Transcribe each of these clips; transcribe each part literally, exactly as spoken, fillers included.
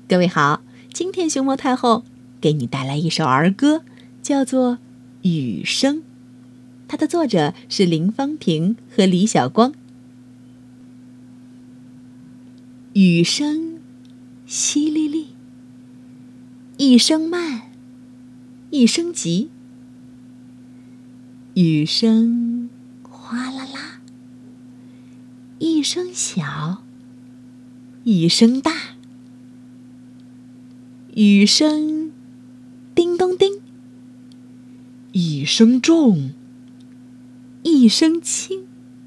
各位好，今天熊猫太后给你带来一首儿歌，叫做《雨声》，它的作者是林芳萍和李晓光。雨声淅沥沥，一声慢，一声急，雨声哗啦啦，一声小，一声大，雨声叮咚叮，一声重，一声轻，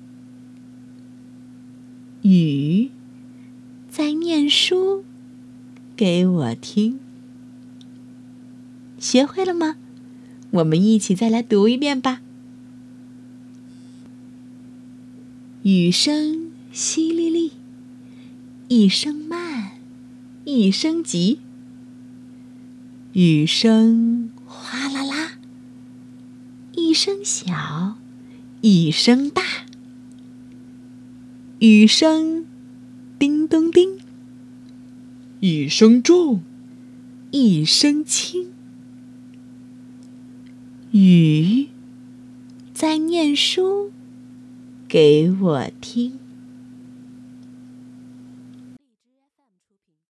雨在念书给我听。学会了吗？我们一起再来读一遍吧。雨声淅沥沥，一声慢，一声急，雨声哗啦啦，一声小，一声大，雨声叮咚叮，一声重，一声轻，雨在念书给我听。